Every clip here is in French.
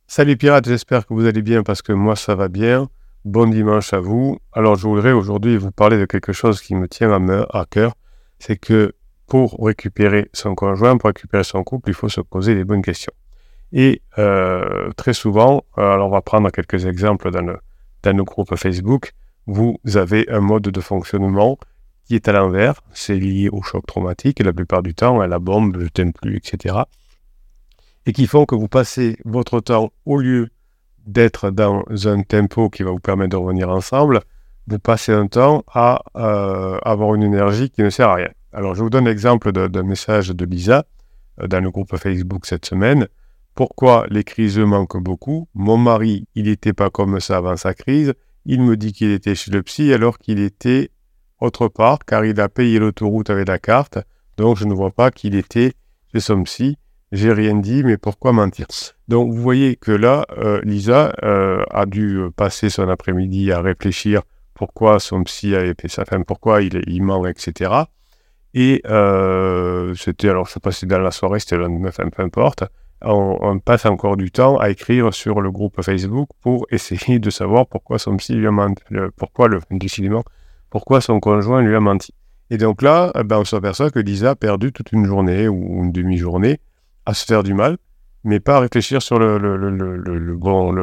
Salut pirates, j'espère que vous allez bien parce que moi ça va bien. Bon dimanche à vous. Alors je voudrais aujourd'hui vous parler de quelque chose qui me tient à cœur. C'est que pour récupérer son conjoint, pour récupérer son couple, il faut se poser les bonnes questions. Et très souvent, alors on va prendre quelques exemples dans le groupe Facebook, vous avez un mode de fonctionnement qui est à l'envers. C'est lié au choc traumatique et la plupart du temps à la bombe, je t'aime plus, etc. Et qui font que vous passez votre temps, au lieu d'être dans un tempo qui va vous permettre de revenir ensemble, vous passez un temps à avoir une énergie qui ne sert à rien. Alors, je vous donne l'exemple d'un message de Lisa dans le groupe Facebook cette semaine. Pourquoi les crises manquent beaucoup? Mon mari, il n'était pas comme ça avant sa crise. Il me dit qu'il était chez le psy alors qu'il était autre part, car il a payé l'autoroute avec la carte. Donc, je ne vois pas qu'il était chez son psy. J'ai rien dit, mais pourquoi mentir? Donc, vous voyez que là, Lisa a dû passer son après-midi à réfléchir pourquoi son psy avait fait ça, enfin, pourquoi il ment, etc. Et c'était, alors je ne sais pas si dans la soirée, c'était le lendemain, enfin, peu importe, on passe encore du temps à écrire sur le groupe Facebook pour essayer de savoir pourquoi son psy lui a menti, décidément, pourquoi son conjoint lui a menti. Et donc là, on s'aperçoit que Lisa a perdu toute une journée ou une demi-journée à se faire du mal, mais pas à réfléchir sur le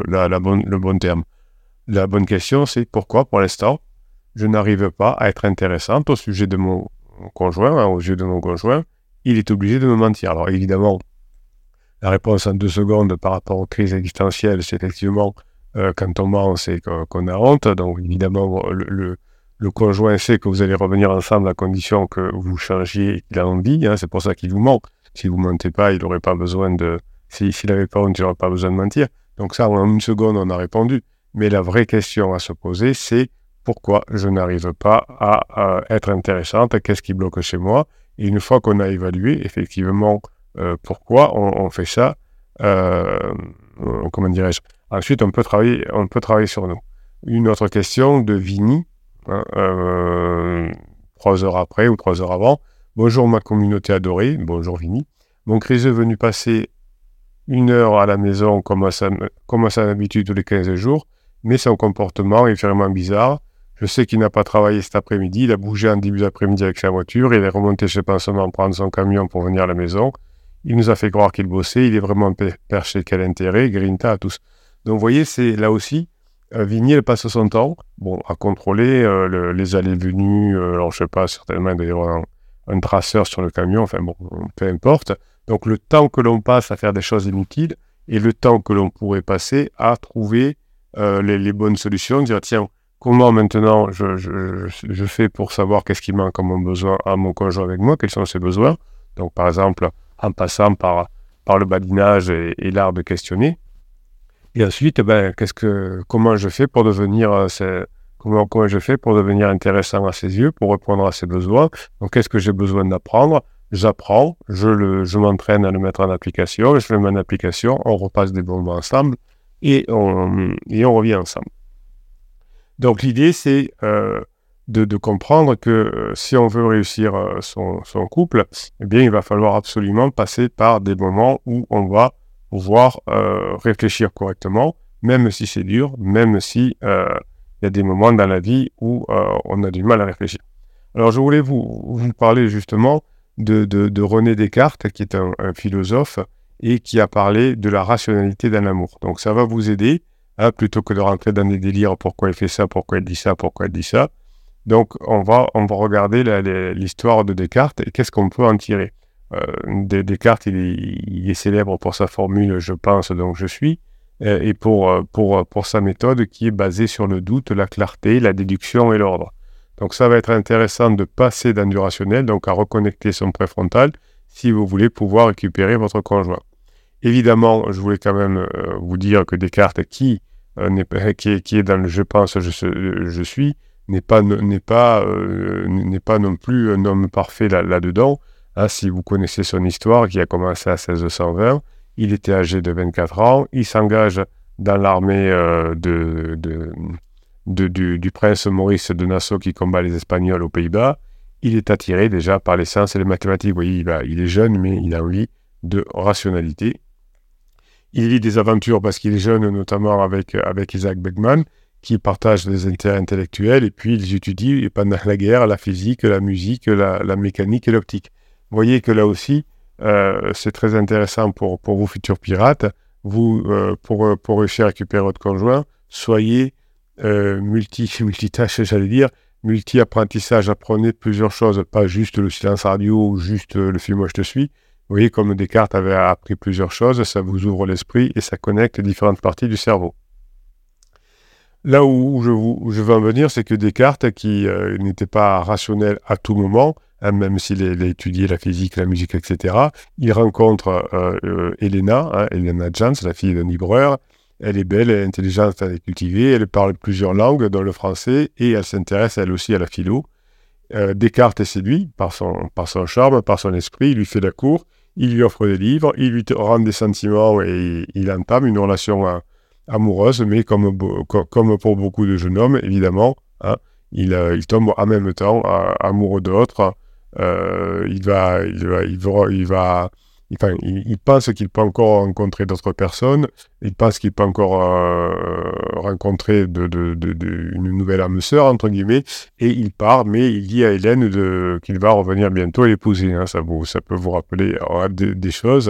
bon terme. La bonne question, c'est pourquoi, pour l'instant, je n'arrive pas à être intéressante au sujet de mon conjoint, aux yeux de mon conjoint, il est obligé de me mentir. Alors évidemment, la réponse en 2 secondes par rapport aux crises existentielles, c'est effectivement, quand on ment, c'est qu'on a honte. Donc évidemment, le conjoint sait que vous allez revenir ensemble à condition que vous changiez et qu'il a envie. Hein, c'est pour ça qu'il vous ment. Si vous ne mentez pas, il n'aurait pas besoin de... S'il n'avait pas honte, il n'aurait pas besoin de mentir. Donc ça, en 1 seconde, on a répondu. Mais la vraie question à se poser, c'est pourquoi je n'arrive pas à être intéressante, qu'est-ce qui bloque chez moi? Et une fois qu'on a évalué, effectivement, pourquoi on fait ça, comment dirais-je? Ensuite, on peut travailler sur nous. Une autre question de Vini, hein, 3 heures après ou 3 heures avant. Bonjour ma communauté adorée, bonjour Vini. Mon criseux est venu passer 1 heure à la maison comme à sa habitude tous les 15 jours, mais son comportement est vraiment bizarre. Je sais qu'il n'a pas travaillé cet après-midi, il a bougé en début d'après-midi avec sa voiture, il est remonté chez Pansement prendre son camion pour venir à la maison. Il nous a fait croire qu'il bossait, il est vraiment perché, quel intérêt, grinta à tous. Donc vous voyez, c'est là aussi, Vigny, elle passe son temps à contrôler les allées-venues, alors je sais pas, certainement il doit y avoir un traceur sur le camion, enfin bon, peu importe. Donc le temps que l'on passe à faire des choses inutiles et le temps que l'on pourrait passer à trouver les bonnes solutions, dire tiens, comment maintenant je fais pour savoir qu'est-ce qui manque à mon conjoint avec moi, quels sont ses besoins. Donc par exemple, en passant par le badinage et l'art de questionner. Et ensuite, comment je fais pour devenir comment je fais pour devenir intéressant à ses yeux, pour répondre à ses besoins. Donc qu'est-ce que j'ai besoin d'apprendre? J'apprends, je m'entraîne à le mettre en application, je le mets en application, on repasse des bons moments ensemble et on revient ensemble. Donc l'idée, c'est de comprendre que si on veut réussir son couple, eh bien, il va falloir absolument passer par des moments où on va pouvoir réfléchir correctement, même si c'est dur, même si il y a des moments dans la vie où on a du mal à réfléchir. Alors je voulais vous parler justement de René Descartes, qui est un philosophe, et qui a parlé de la rationalité dans l'amour. Donc ça va vous aider, hein, plutôt que de rentrer dans des délires, pourquoi il fait ça, pourquoi il dit ça, pourquoi il dit ça. Donc on va regarder l'histoire de Descartes et qu'est-ce qu'on peut en tirer. Descartes, il est célèbre pour sa formule « je pense donc je suis », et pour sa méthode qui est basée sur le doute, la clarté, la déduction et l'ordre. Donc ça va être intéressant de passer dans du rationnel, donc à reconnecter son préfrontal, si vous voulez pouvoir récupérer votre conjoint. Évidemment, je voulais quand même vous dire que Descartes, qui est dans le « je pense, je suis », n'est pas non plus un homme parfait là-dedans. Hein, si vous connaissez son histoire, qui a commencé à 1620, il était âgé de 24 ans, il s'engage dans l'armée du prince Maurice de Nassau qui combat les Espagnols aux Pays-Bas. Il est attiré déjà par les sciences et les mathématiques. Vous voyez, il est jeune, mais il a envie de rationalité. Il vit des aventures parce qu'il est jeune, notamment avec Isaac Bergman, qui partagent des intérêts intellectuels, et puis ils étudient pendant la guerre la physique, la musique, la mécanique et l'optique. Vous voyez que là aussi, c'est très intéressant pour vous futurs pirates. Vous, pour réussir à récupérer votre conjoint, soyez multitâches, j'allais dire, multi-apprentissage, apprenez plusieurs choses, pas juste le silence radio ou juste le film Moi je te suis. Vous voyez, comme Descartes avait appris plusieurs choses, ça vous ouvre l'esprit et ça connecte différentes parties du cerveau. Là où je veux en venir, c'est que Descartes, qui n'était pas rationnel à tout moment, même s'il a étudié la physique, la musique, etc., il rencontre Helena Jans, la fille d'un libraire. Elle est belle, elle est intelligente, elle est cultivée, elle parle plusieurs langues, dont le français, et elle s'intéresse elle aussi à la philo. Descartes est séduit par son charme, par son esprit, il lui fait la cour, il lui offre des livres, il lui rend des sentiments et il entame une relation amoureuse, mais comme pour beaucoup de jeunes hommes, évidemment, hein, il tombe en même temps amoureux d'autres. Il pense qu'il peut encore rencontrer d'autres personnes, il pense qu'il peut encore rencontrer une nouvelle âme sœur, entre guillemets, et il part, mais il dit à Hélène qu'il va revenir bientôt et l'épouser. Hein, ça peut vous rappeler des choses.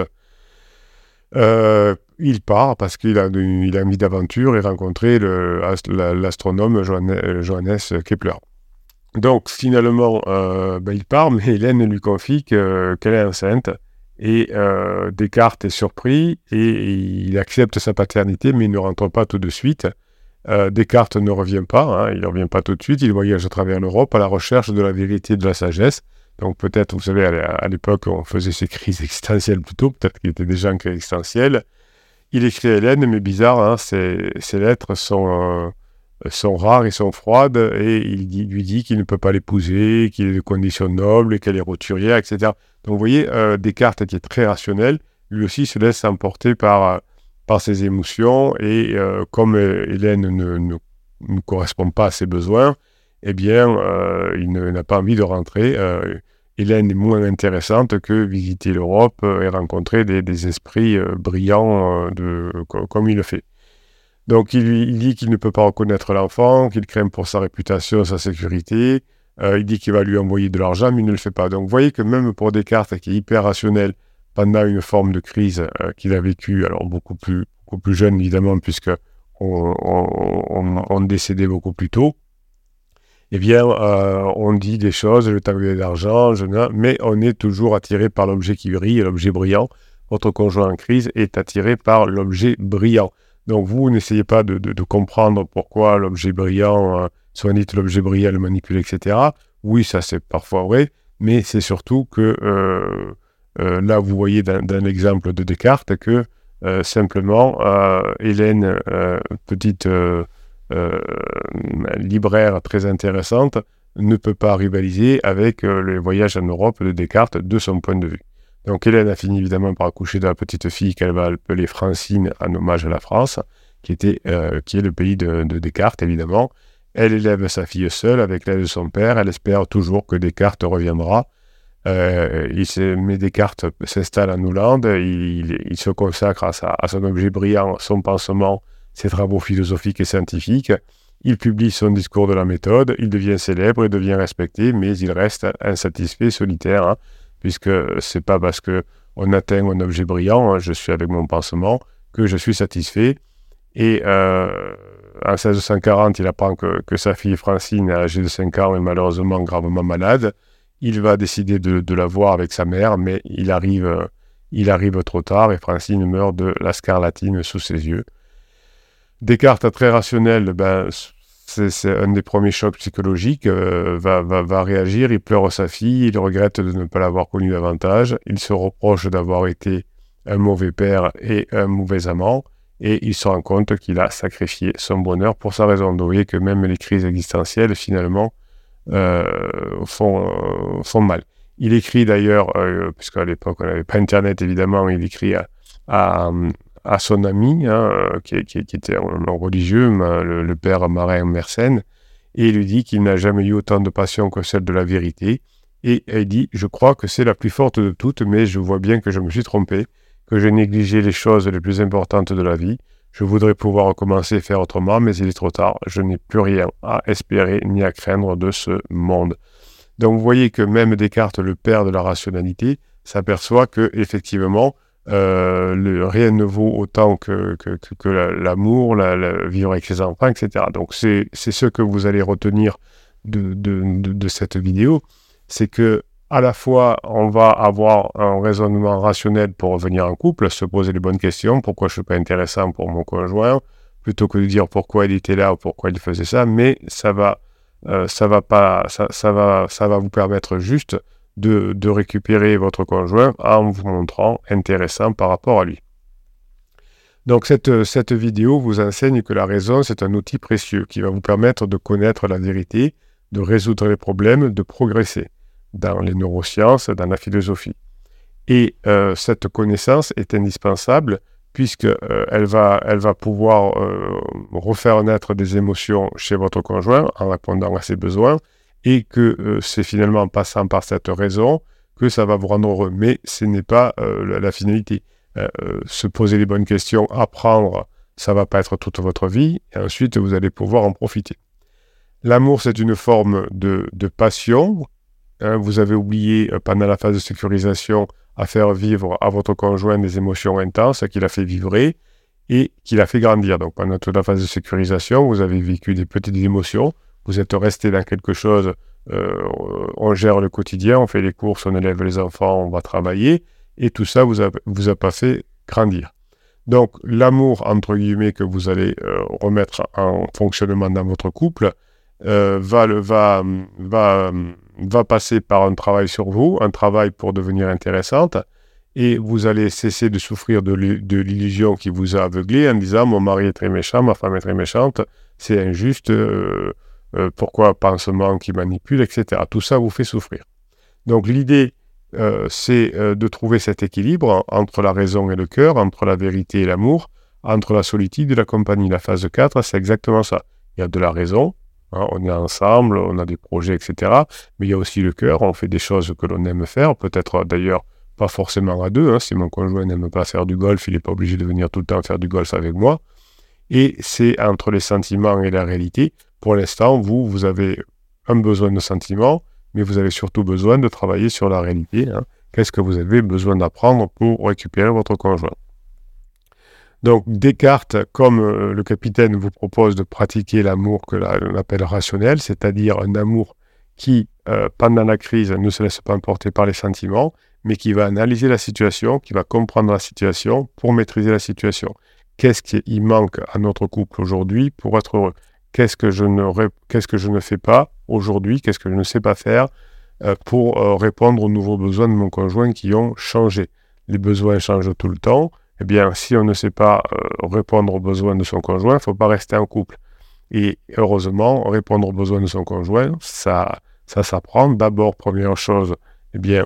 Il part parce qu'il a envie d'aventure et rencontrer l'astronome Johannes Kepler. Donc finalement, il part, mais Hélène lui confie qu'elle est enceinte. Et Descartes est surpris et il accepte sa paternité, mais il ne rentre pas tout de suite. Descartes ne revient pas, hein, il ne revient pas tout de suite, il voyage à travers l'Europe à la recherche de la vérité et de la sagesse. Donc peut-être, vous savez, à l'époque, on faisait ces crises existentielles plutôt, peut-être qu'il était déjà en crise existentielle. Il écrit à Hélène, mais bizarre, hein, ces lettres sont rares et sont froides, et lui dit qu'il ne peut pas l'épouser, qu'il est de condition noble, qu'elle est roturière, etc. Donc vous voyez, Descartes, qui est très rationnel, lui aussi se laisse emporter par ses émotions, et comme Hélène ne correspond pas à ses besoins, eh bien, il n'a pas envie de rentrer. Hélène est moins intéressante que visiter l'Europe et rencontrer des esprits brillants comme il le fait. Donc il dit qu'il ne peut pas reconnaître l'enfant, qu'il craint pour sa réputation, sa sécurité. Il dit qu'il va lui envoyer de l'argent, mais il ne le fait pas. Donc vous voyez que même pour Descartes, qui est hyper rationnel, pendant une forme de crise qu'il a vécue, alors beaucoup plus jeune évidemment, puisque on décédait beaucoup plus tôt, eh bien, on dit des choses, je t'envoie de l'argent, mais on est toujours attiré par l'objet qui brille, l'objet brillant. Votre conjoint en crise est attiré par l'objet brillant. Donc vous n'essayez pas de comprendre pourquoi l'objet brillant, soit dit l'objet brillant, le manipule, etc. Oui, ça c'est parfois vrai, mais c'est surtout que là vous voyez dans l'exemple de Descartes que simplement Hélène, petite libraire très intéressante, ne peut pas rivaliser avec le voyage en Europe de Descartes de son point de vue. Donc Hélène a fini évidemment par accoucher de la petite fille qu'elle va appeler Francine en hommage à la France, qui est le pays de Descartes évidemment. Elle élève sa fille seule avec l'aide de son père, elle espère toujours que Descartes reviendra. Mais Descartes s'installe en Hollande, il se consacre à son objet brillant, son pensement, ses travaux philosophiques et scientifiques. Il publie son discours de la méthode, il devient célèbre, il devient respecté, mais il reste insatisfait, solitaire, hein, puisque c'est pas parce qu'on atteint un objet brillant, hein, je suis avec mon pensement, que je suis satisfait. Et en 1640, il apprend que sa fille Francine, âgée de 5 ans, est malheureusement gravement malade. Il va décider de la voir avec sa mère, mais il arrive trop tard et Francine meurt de la scarlatine sous ses yeux. Descartes, très rationnel, c'est un des premiers chocs psychologiques, va réagir, il pleure sa fille, il regrette de ne pas l'avoir connue davantage, il se reproche d'avoir été un mauvais père et un mauvais amant, et il se rend compte qu'il a sacrifié son bonheur pour sa raison. Donc vous voyez que même les crises existentielles, finalement, font mal. Il écrit d'ailleurs, puisqu'à l'époque on n'avait pas Internet évidemment, il écrit à son ami, hein, qui était un religieux, le père Marin Mersenne, et il lui dit qu'il n'a jamais eu autant de passion que celle de la vérité, et il dit « Je crois que c'est la plus forte de toutes, mais je vois bien que je me suis trompé, que j'ai négligé les choses les plus importantes de la vie. Je voudrais pouvoir recommencer et faire autrement, mais il est trop tard. Je n'ai plus rien à espérer ni à craindre de ce monde. Donc vous voyez que même Descartes, le père de la rationalité, s'aperçoit que effectivement rien ne vaut autant que l'amour, vivre avec ses enfants, etc. Donc c'est ce que vous allez retenir de cette vidéo, c'est que à la fois on va avoir un raisonnement rationnel pour revenir en couple, se poser les bonnes questions, pourquoi je suis pas intéressant pour mon conjoint, plutôt que de dire pourquoi il était là ou pourquoi il faisait ça, mais ça va vous permettre juste de récupérer votre conjoint en vous montrant intéressant par rapport à lui. Donc cette vidéo vous enseigne que la raison, c'est un outil précieux qui va vous permettre de connaître la vérité, de résoudre les problèmes, de progresser dans les neurosciences, dans la philosophie. Et cette connaissance est indispensable puisqu'elle va pouvoir refaire naître des émotions chez votre conjoint en répondant à ses besoins, et que c'est finalement en passant par cette raison que ça va vous rendre heureux. Mais ce n'est pas la finalité. Se poser les bonnes questions, apprendre, ça ne va pas être toute votre vie, et ensuite vous allez pouvoir en profiter. L'amour, c'est une forme de passion. Vous avez oublié pendant la phase de sécurisation à faire vivre à votre conjoint des émotions intenses qu'il a fait vibrer et qu'il a fait grandir. Donc pendant toute la phase de sécurisation, vous avez vécu des petites émotions, vous êtes resté dans quelque chose, on gère le quotidien, on fait les courses, on élève les enfants, on va travailler, et tout ça vous a pas fait grandir. Donc l'amour, entre guillemets, que vous allez remettre en fonctionnement dans votre couple, va passer par un travail sur vous, un travail pour devenir intéressante, et vous allez cesser de souffrir de l'illusion qui vous a aveuglé en disant « mon mari est très méchant, ma femme est très méchante, c'est injuste, pourquoi pansement qui manipule, etc. » Tout ça vous fait souffrir. Donc l'idée, c'est de trouver cet équilibre entre la raison et le cœur, entre la vérité et l'amour, entre la solitude et la compagnie. La phase 4, c'est exactement ça. Il y a de la raison, on est ensemble, on a des projets, etc. Mais il y a aussi le cœur, on fait des choses que l'on aime faire, peut-être d'ailleurs pas forcément à deux. Si mon conjoint n'aime pas faire du golf, il n'est pas obligé de venir tout le temps faire du golf avec moi. Et c'est entre les sentiments et la réalité. Pour l'instant, vous avez un besoin de sentiments, mais vous avez surtout besoin de travailler sur la réalité. Qu'est-ce que vous avez besoin d'apprendre pour récupérer votre conjoint? Donc Descartes, comme le capitaine vous propose de pratiquer l'amour que l'on appelle rationnel, c'est-à-dire un amour qui, pendant la crise, ne se laisse pas emporter par les sentiments, mais qui va analyser la situation, qui va comprendre la situation pour maîtriser la situation. Qu'est-ce qui manque à notre couple aujourd'hui pour être heureux? Qu'est-ce que je ne fais pas aujourd'hui? Qu'est-ce que je ne sais pas faire pour répondre aux nouveaux besoins de mon conjoint qui ont changé? Les besoins changent tout le temps. Eh bien, si on ne sait pas répondre aux besoins de son conjoint, il ne faut pas rester en couple. Et heureusement, répondre aux besoins de son conjoint, ça s'apprend. D'abord, première chose, eh bien,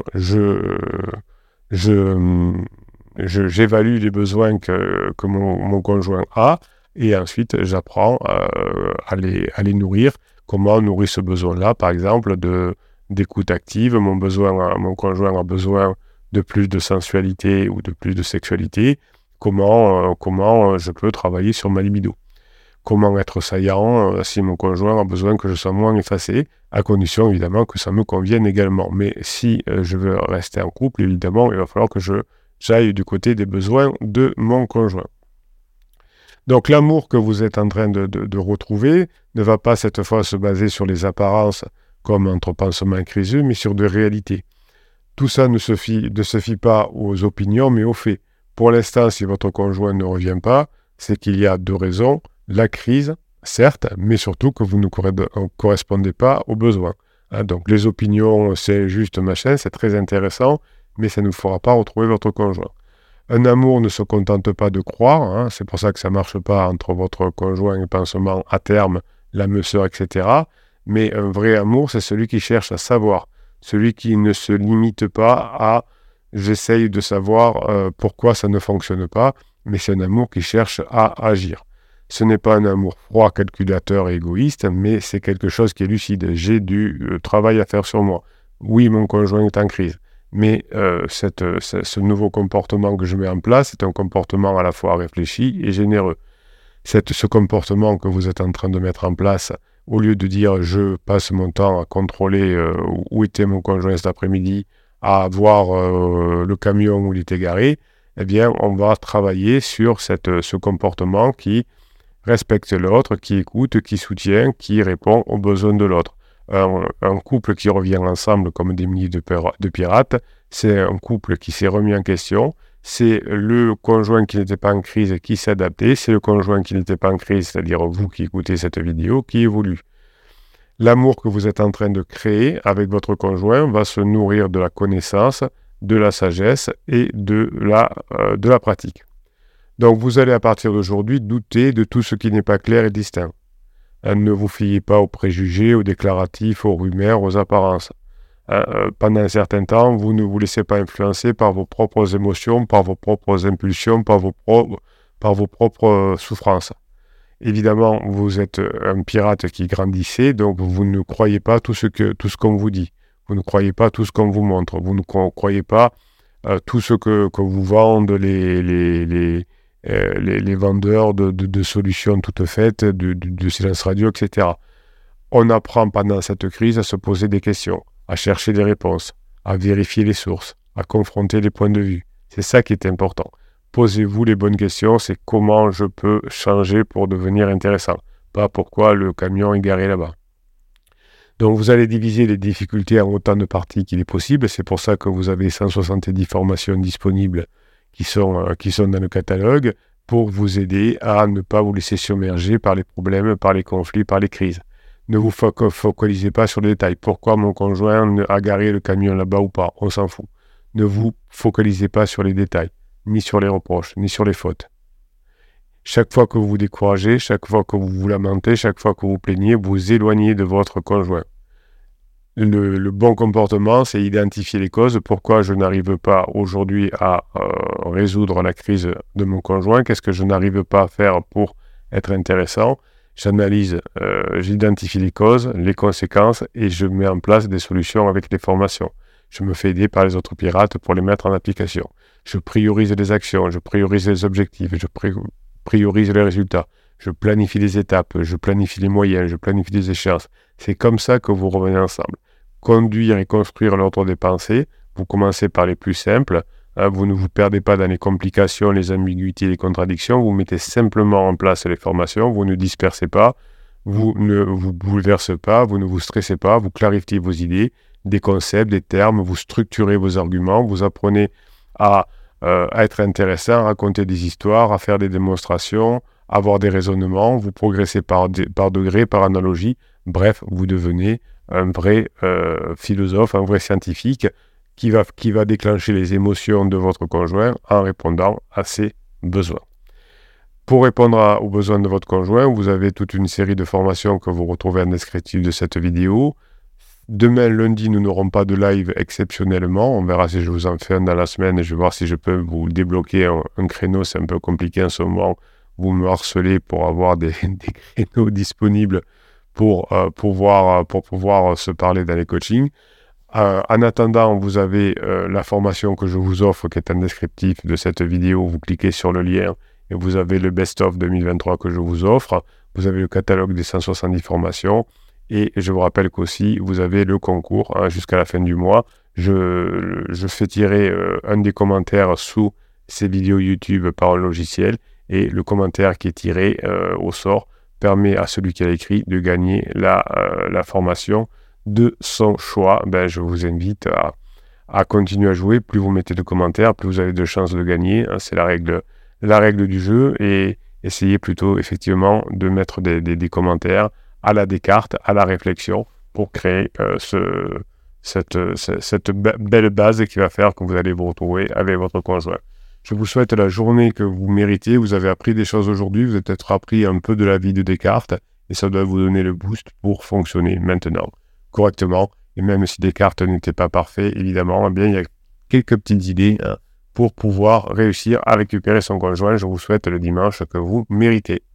j'évalue les besoins que mon conjoint a, et ensuite, j'apprends à les nourrir. Comment on nourrit ce besoin-là, par exemple, d'écoute active. Mon conjoint a besoin de plus de sensualité ou de plus de sexualité. Comment je peux travailler sur ma libido? Comment être saillant si mon conjoint a besoin que je sois moins effacé, à condition évidemment que ça me convienne également. Mais si je veux rester en couple, évidemment, il va falloir que j'aille du côté des besoins de mon conjoint. Donc l'amour que vous êtes en train de retrouver ne va pas cette fois se baser sur les apparences comme entre pansement et criseux, mais sur des réalités. Tout ça ne se fie pas aux opinions, mais aux faits. Pour l'instant, si votre conjoint ne revient pas, c'est qu'il y a deux raisons. La crise, certes, mais surtout que vous ne correspondez pas aux besoins. Donc les opinions, c'est juste machin, c'est très intéressant, mais ça ne vous fera pas retrouver votre conjoint. Un amour ne se contente pas de croire, c'est pour ça que ça ne marche pas entre votre conjoint et pansement à terme, l'âme sœur, etc. Mais un vrai amour, c'est celui qui cherche à savoir, celui qui ne se limite pas à « j'essaye de savoir pourquoi ça ne fonctionne pas », mais c'est un amour qui cherche à agir. Ce n'est pas un amour froid, calculateur et égoïste, mais c'est quelque chose qui est lucide. J'ai du travail à faire sur moi. Oui, mon conjoint est en crise, Mais ce nouveau comportement que je mets en place est un comportement à la fois réfléchi et généreux. Ce comportement que vous êtes en train de mettre en place, au lieu de dire je passe mon temps à contrôler où était mon conjoint cet après-midi, à voir le camion où il était garé, eh bien on va travailler sur ce comportement qui respecte l'autre, qui écoute, qui soutient, qui répond aux besoins de l'autre. Un couple qui revient ensemble comme des milliers de pirates, c'est un couple qui s'est remis en question, c'est le conjoint qui n'était pas en crise qui s'est adapté, c'est le conjoint qui n'était pas en crise, c'est-à-dire vous qui écoutez cette vidéo, qui évolue. L'amour que vous êtes en train de créer avec votre conjoint va se nourrir de la connaissance, de la sagesse et de la pratique. Donc vous allez à partir d'aujourd'hui douter de tout ce qui n'est pas clair et distinct. Ne vous fiez pas aux préjugés, aux déclaratifs, aux rumeurs, aux apparences. Pendant un certain temps, vous ne vous laissez pas influencer par vos propres émotions, par vos propres impulsions, par vos propres souffrances. Évidemment, vous êtes un pirate qui grandissait, donc vous ne croyez pas tout ce qu'on vous dit. Vous ne croyez pas tout ce qu'on vous montre. Vous ne croyez pas tout ce que vous vendent les vendeurs de solutions toutes faites, de silence radio, etc. On apprend pendant cette crise à se poser des questions, à chercher des réponses, à vérifier les sources, à confronter les points de vue. C'est ça qui est important. Posez-vous les bonnes questions, c'est comment je peux changer pour devenir intéressant, pas pourquoi le camion est garé là-bas. Donc vous allez diviser les difficultés en autant de parties qu'il est possible, c'est pour ça que vous avez 170 formations disponibles qui sont dans le catalogue pour vous aider à ne pas vous laisser submerger par les problèmes, par les conflits, par les crises. Ne vous focalisez pas sur les détails. Pourquoi mon conjoint a garé le camion là-bas ou pas? On s'en fout. Ne vous focalisez pas sur les détails, ni sur les reproches, ni sur les fautes. Chaque fois que vous vous découragez, chaque fois que vous vous lamentez, chaque fois que vous plaignez, vous éloignez de votre conjoint. Le bon comportement, c'est identifier les causes. Pourquoi je n'arrive pas aujourd'hui à résoudre la crise de mon conjoint? Qu'est-ce que je n'arrive pas à faire pour être intéressant? J'analyse, j'identifie les causes, les conséquences et je mets en place des solutions avec les formations. Je me fais aider par les autres pirates pour les mettre en application. Je priorise les actions, je priorise les objectifs, je priorise les résultats. Je planifie les étapes, je planifie les moyens, je planifie les échéances. C'est comme ça que vous revenez ensemble. Conduire et construire l'ordre des pensées, vous commencez par les plus simples. Vous ne vous perdez pas dans les complications, les ambiguïtés, les contradictions. Vous mettez simplement en place les formations. Vous ne dispersez pas, vous ne vous bouleversez pas, vous ne vous stressez pas. Vous clarifiez vos idées, des concepts, des termes. Vous structurez vos arguments. Vous apprenez à être intéressant, à raconter des histoires, à faire des démonstrations, avoir des raisonnements, vous progressez par degrés, par analogie. Bref, vous devenez un vrai philosophe, un vrai scientifique qui va déclencher les émotions de votre conjoint en répondant à ses besoins. Pour répondre aux besoins de votre conjoint, vous avez toute une série de formations que vous retrouvez en descriptif de cette vidéo. Demain, lundi, nous n'aurons pas de live exceptionnellement. On verra si je vous en fais un dans la semaine. Je vais voir si je peux vous débloquer un créneau. C'est un peu compliqué en ce moment. Vous me harcelez pour avoir des créneaux disponibles pour pouvoir se parler dans les coachings. En attendant, vous avez la formation que je vous offre qui est en descriptif de cette vidéo. Vous cliquez sur le lien et vous avez le best-of 2023 que je vous offre. Vous avez le catalogue des 170 formations. Et je vous rappelle qu'aussi, vous avez le concours jusqu'à la fin du mois. Je fais tirer un des commentaires sous ces vidéos YouTube par un logiciel. Et le commentaire qui est tiré au sort permet à celui qui a écrit de gagner la formation de son choix. Je vous invite à continuer à jouer. Plus vous mettez de commentaires, plus vous avez de chances de gagner. C'est la règle du jeu. Et essayez plutôt effectivement de mettre des commentaires à la décarte, à la réflexion, pour créer cette belle base qui va faire que vous allez vous retrouver avec votre conjoint. Je vous souhaite la journée que vous méritez. Vous avez appris des choses aujourd'hui, vous avez peut-être appris un peu de la vie de Descartes, et ça doit vous donner le boost pour fonctionner maintenant correctement. Et même si Descartes n'était pas parfait, évidemment, eh bien, il y a quelques petites idées pour pouvoir réussir à récupérer son conjoint. Je vous souhaite le dimanche que vous méritez.